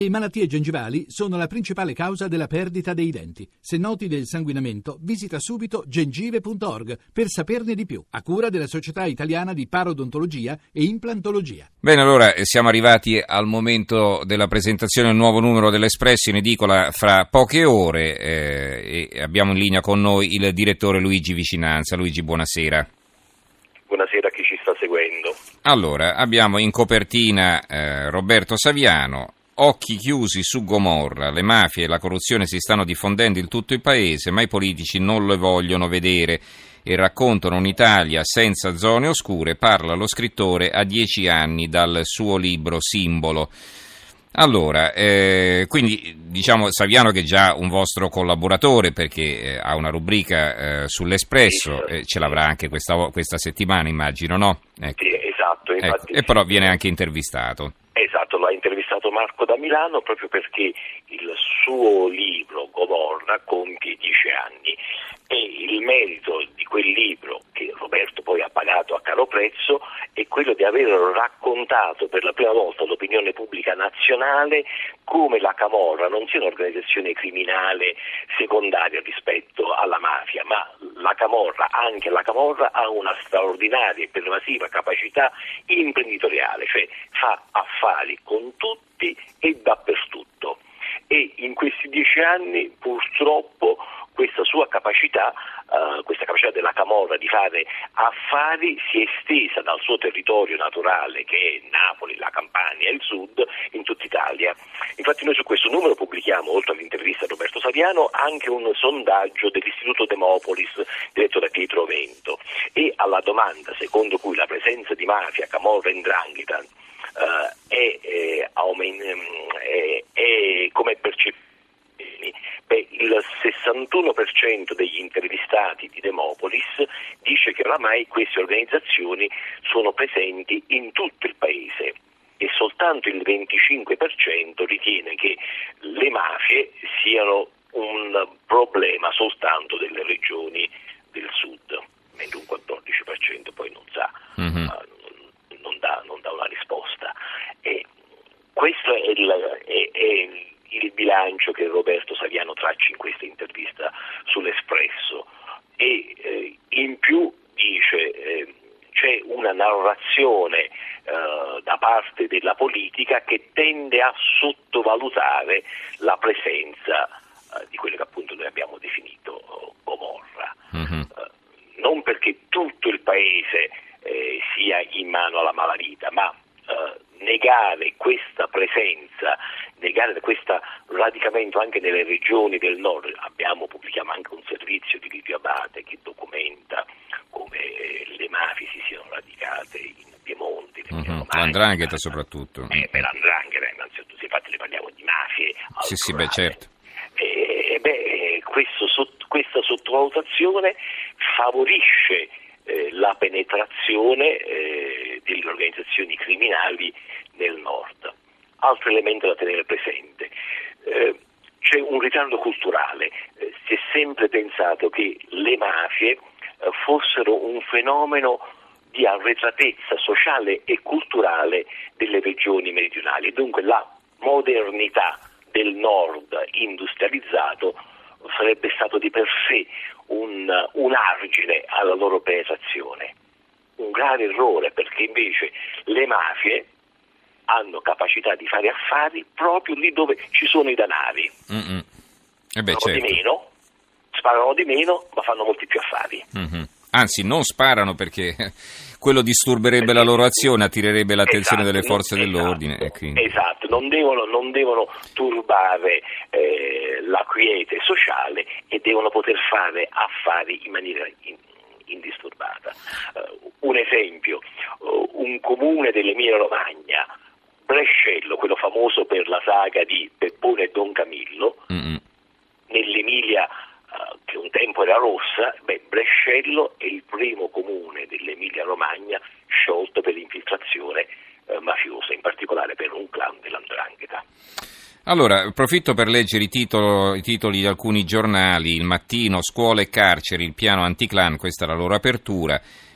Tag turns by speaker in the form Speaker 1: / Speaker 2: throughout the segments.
Speaker 1: Le malattie gengivali sono la principale causa della perdita dei denti. Se noti del sanguinamento, visita subito gengive.org per saperne di più, a cura della Società Italiana di Parodontologia e Implantologia.
Speaker 2: Bene, allora siamo arrivati al momento della presentazione del nuovo numero dell'Espresso in edicola fra poche ore e abbiamo in linea con noi il direttore Luigi Vicinanza. Luigi, buonasera.
Speaker 3: Buonasera a chi ci sta seguendo.
Speaker 2: Allora, abbiamo in copertina Roberto Saviano. Occhi chiusi su Gomorra, le mafie e la corruzione si stanno diffondendo in tutto il paese, ma i politici non le vogliono vedere e raccontano un'Italia senza zone oscure, parla lo scrittore a 10 anni dal suo libro Simbolo. Allora, quindi diciamo Saviano che è già un vostro collaboratore perché ha una rubrica sull'Espresso, ce l'avrà anche questa settimana immagino, no? Ecco.
Speaker 3: Sì, esatto. Infatti,
Speaker 2: e però viene anche intervistato.
Speaker 3: Esatto, l'ha intervistato Marco da Milano proprio perché il suo libro Gomorra compie 10 anni e il merito di quel libro, che Roberto poi ha pagato a caro prezzo, è quello di aver raccontato per la prima volta all'opinione pubblica nazionale come la Camorra non sia un'organizzazione criminale secondaria rispetto alla mafia, ma la Camorra, anche la Camorra, ha una straordinaria e pervasiva capacità imprenditoriale, cioè fa affari con tutti e dappertutto. E in questi 10 anni purtroppo questa sua capacità, questa capacità della Camorra di fare affari si è estesa dal suo territorio naturale che è Napoli, la Campania e il Sud in tutta Italia. Infatti noi su questo numero pubblichiamo, oltre all'intervista a Roberto Saviano, anche un sondaggio dell'Istituto Demopolis diretto da Pietro Vento e alla domanda secondo cui la presenza di mafia, Camorra e 'ndrangheta come percepito. Il 61% degli intervistati di Demopolis dice che oramai queste organizzazioni sono presenti in tutto il paese e soltanto il 25% ritiene che le mafie siano un problema soltanto delle regioni del sud, mentre un 14% poi non sa, non dà una risposta. E questo è il bilancio che Roberto Saviano traccia in questa intervista sull'Espresso e in più dice c'è una narrazione da parte della politica che tende a sottovalutare la presenza di quello che appunto noi abbiamo definito Gomorra. Non perché tutto il paese sia in mano alla malavita, ma negare questa presenza, negare questo radicamento anche nelle regioni del nord. Pubblichiamo anche un servizio di Livio Abate che documenta come le mafie si siano radicate in Piemonte,
Speaker 2: l'Andrangheta soprattutto.
Speaker 3: Per l'Andrangheta innanzitutto, infatti ne parliamo di mafie.
Speaker 2: Sì, beh, certo.
Speaker 3: Questa sottovalutazione favorisce la penetrazione delle organizzazioni criminali nel nord. Altro elemento da tenere presente, c'è un ritardo culturale, si è sempre pensato che le mafie fossero un fenomeno di arretratezza sociale e culturale delle regioni meridionali e dunque la modernità del nord industrializzato sarebbe stato di per sé un argine alla loro penetrazione. Un grave errore, perché invece le mafie hanno capacità di fare affari proprio lì dove ci sono i denari.
Speaker 2: Certo.
Speaker 3: Sparano di meno, ma fanno molti più affari.
Speaker 2: Anzi, non sparano perché quello disturberebbe la loro azione, attirerebbe l'attenzione delle forze dell'ordine. E quindi...
Speaker 3: Esatto, non devono turbare la quiete sociale e devono poter fare affari in maniera indisturbata. Un esempio, un comune dell'Emilia Romagna, Brescello, quello famoso per la saga di Peppone e Don Camillo, nell'Emilia che un tempo era rossa, Brescello è il primo comune dell'Emilia Romagna sciolto per infiltrazione mafiosa, in particolare per un clan dell''ndrangheta.
Speaker 2: Allora, approfitto per leggere i titoli di alcuni giornali. Il Mattino, scuole e carceri, il piano anticlan, questa è la loro apertura.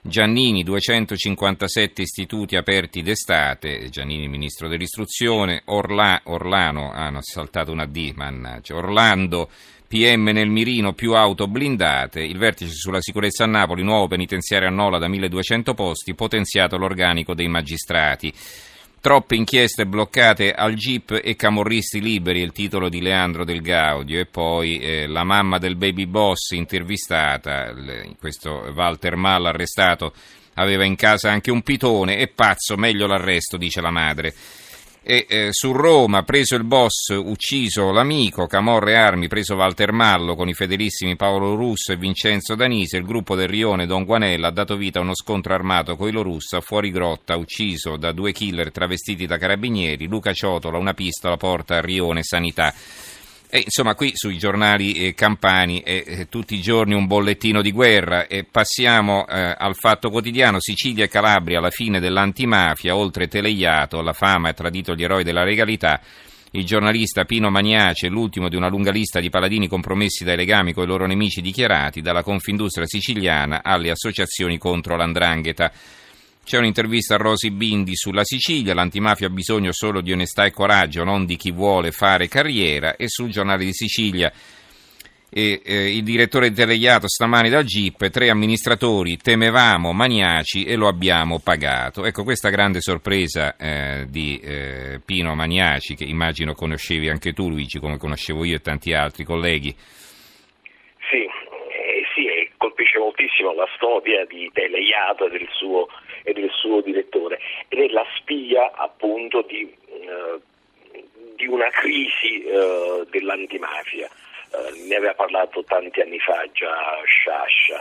Speaker 2: Giannini, 257 istituti aperti d'estate, Giannini ministro dell'istruzione, Orlano, hanno saltato una D, mannaggia, Orlando, PM nel mirino, più auto blindate, il vertice sulla sicurezza a Napoli, nuovo penitenziario a Nola da 1200 posti, potenziato l'organico dei magistrati. Troppe inchieste bloccate al GIP e camorristi liberi, è il titolo di Leandro Del Gaudio. E poi la mamma del baby boss intervistata, questo Walter Mall arrestato, aveva in casa anche un pitone, è pazzo, meglio l'arresto, dice la madre. E su Roma, preso il boss, ucciso l'amico, Camorra e armi, preso Walter Mallo con i fedelissimi Paolo Russo e Vincenzo Danise, il gruppo del Rione Don Guanella ha dato vita a uno scontro armato con i Lorussa, fuori grotta, ucciso da 2 killer travestiti da carabinieri, Luca Ciotola, una pistola porta a Rione Sanità. E insomma, qui sui giornali campani tutti i giorni un bollettino di guerra. E passiamo al Fatto Quotidiano. Sicilia e Calabria, la fine dell'antimafia, oltre Teleiato, la fama ha tradito gli eroi della legalità. Il giornalista Pino Magnace è l'ultimo di una lunga lista di paladini compromessi dai legami con i loro nemici dichiarati, dalla Confindustria siciliana alle associazioni contro l'andrangheta. C'è un'intervista a Rosi Bindi sulla Sicilia, l'antimafia ha bisogno solo di onestà e coraggio, non di chi vuole fare carriera, e sul Giornale di Sicilia il direttore di Teleiato stamani dal GIP, 3 amministratori, temevamo Magnaci e lo abbiamo pagato. Ecco, questa grande sorpresa di Pino Magnaci, che immagino conoscevi anche tu, Luigi, come conoscevo io e tanti altri colleghi.
Speaker 3: Sì, colpisce moltissimo la storia di Teleiato e del suo direttore, ed è la spia appunto di una crisi dell'antimafia. Ne aveva parlato tanti anni fa già Sciascia,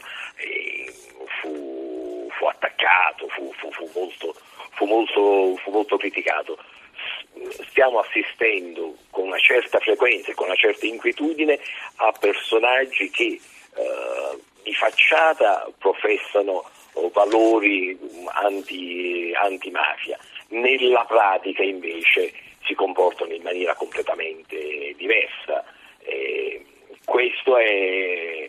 Speaker 3: fu attaccato, fu molto criticato. Stiamo assistendo con una certa frequenza e con una certa inquietudine a personaggi che di facciata professano valori antimafia, nella pratica invece si comportano in maniera completamente diversa. Questo è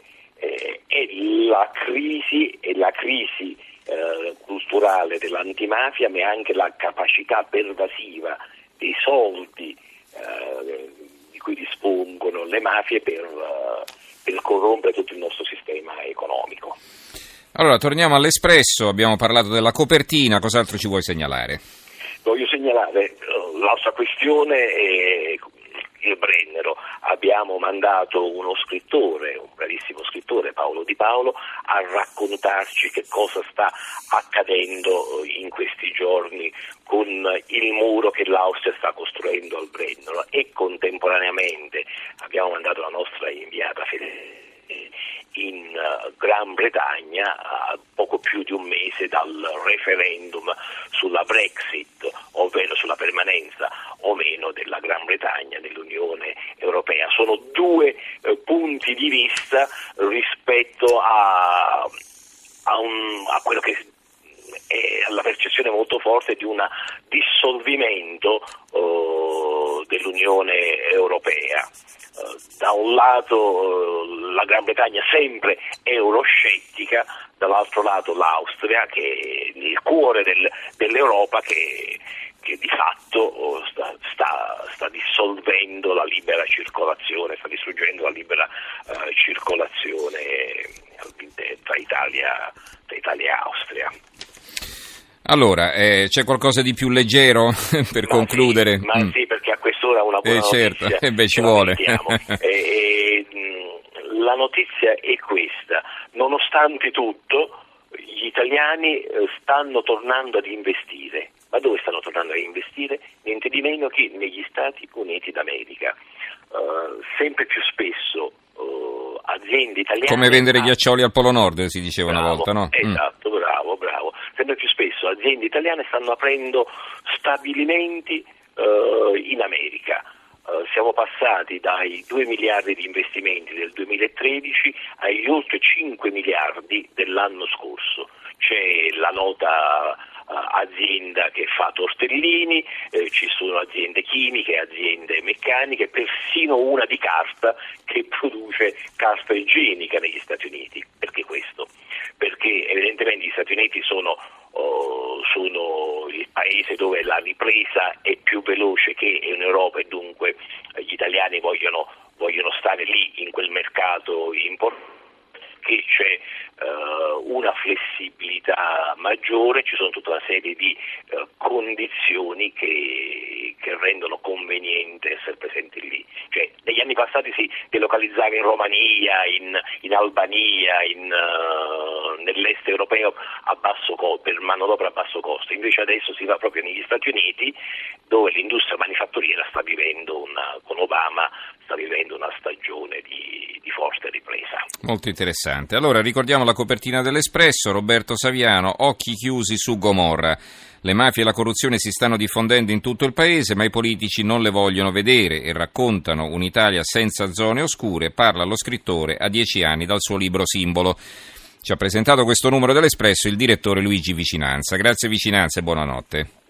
Speaker 3: la crisi culturale dell'antimafia, ma è anche la capacità pervasiva dei soldi di cui dispongono le mafie per corrompere tutto il nostro sistema economico.
Speaker 2: Allora, torniamo all'Espresso, abbiamo parlato della copertina, cos'altro ci vuoi segnalare?
Speaker 3: Voglio segnalare l'altra questione è il Brennero. Abbiamo mandato uno scrittore, un bravissimo scrittore, Paolo Di Paolo, a raccontarci che cosa sta accadendo in questi giorni con il muro che l'Austria sta costruendo al Brennero, e contemporaneamente abbiamo mandato la nostra inviata Fedele in Gran Bretagna a poco più di un mese dal referendum sulla Brexit, ovvero sulla permanenza o meno della Gran Bretagna nell'Unione Europea. Sono 2 punti di vista rispetto a quello che è la percezione molto forte di un dissolvimento dell'Unione Europea. Da un lato la Gran Bretagna sempre euroscettica, dall'altro lato l'Austria, che è il cuore dell'Europa, che di fatto sta dissolvendo la libera circolazione, sta distruggendo la libera circolazione tra Italia e Austria. Allora,
Speaker 2: c'è qualcosa di più leggero per concludere?
Speaker 3: Sì, perché a quest'ora una buona
Speaker 2: certo.
Speaker 3: Notizia
Speaker 2: ci vuole.
Speaker 3: La notizia è questa: nonostante tutto gli italiani stanno tornando ad investire. Ma dove stanno tornando a investire? Niente di meno che negli Stati Uniti d'America. Sempre più spesso aziende italiane...
Speaker 2: Come vendere ghiaccioli al Polo Nord, si diceva una volta, no?
Speaker 3: Esatto, bravo. Sempre più spesso aziende italiane stanno aprendo stabilimenti in America. Siamo passati dai 2 miliardi di investimenti del 2013 agli oltre 5 miliardi dell'anno scorso. C'è la nota azienda che fa tortellini, ci sono aziende chimiche, aziende meccaniche, persino una di carta che produce carta igienica negli Stati Uniti. Perché questo? Perché che evidentemente gli Stati Uniti sono il paese dove la ripresa è più veloce che in Europa e dunque gli italiani vogliono stare lì in quel mercato importante, che c'è una flessibilità maggiore, ci sono tutta una serie di condizioni che rendono conveniente essere presenti lì. Cioè, negli anni passati si delocalizzava in Romania, in Albania, nell'est europeo per manodopera a basso costo, invece adesso si va proprio negli Stati Uniti, dove l'industria manifatturiera con Obama sta vivendo una stagione di forte ripresa.
Speaker 2: Molto interessante. Allora ricordiamo la copertina dell'Espresso, Roberto Saviano, occhi chiusi su Gomorra. Le mafie e la corruzione si stanno diffondendo in tutto il paese, ma i politici non le vogliono vedere e raccontano un'Italia senza zone oscure. Parla lo scrittore a 10 anni dal suo libro Simbolo. Ci ha presentato questo numero dell'Espresso il direttore Luigi Vicinanza. Grazie Vicinanza e buonanotte.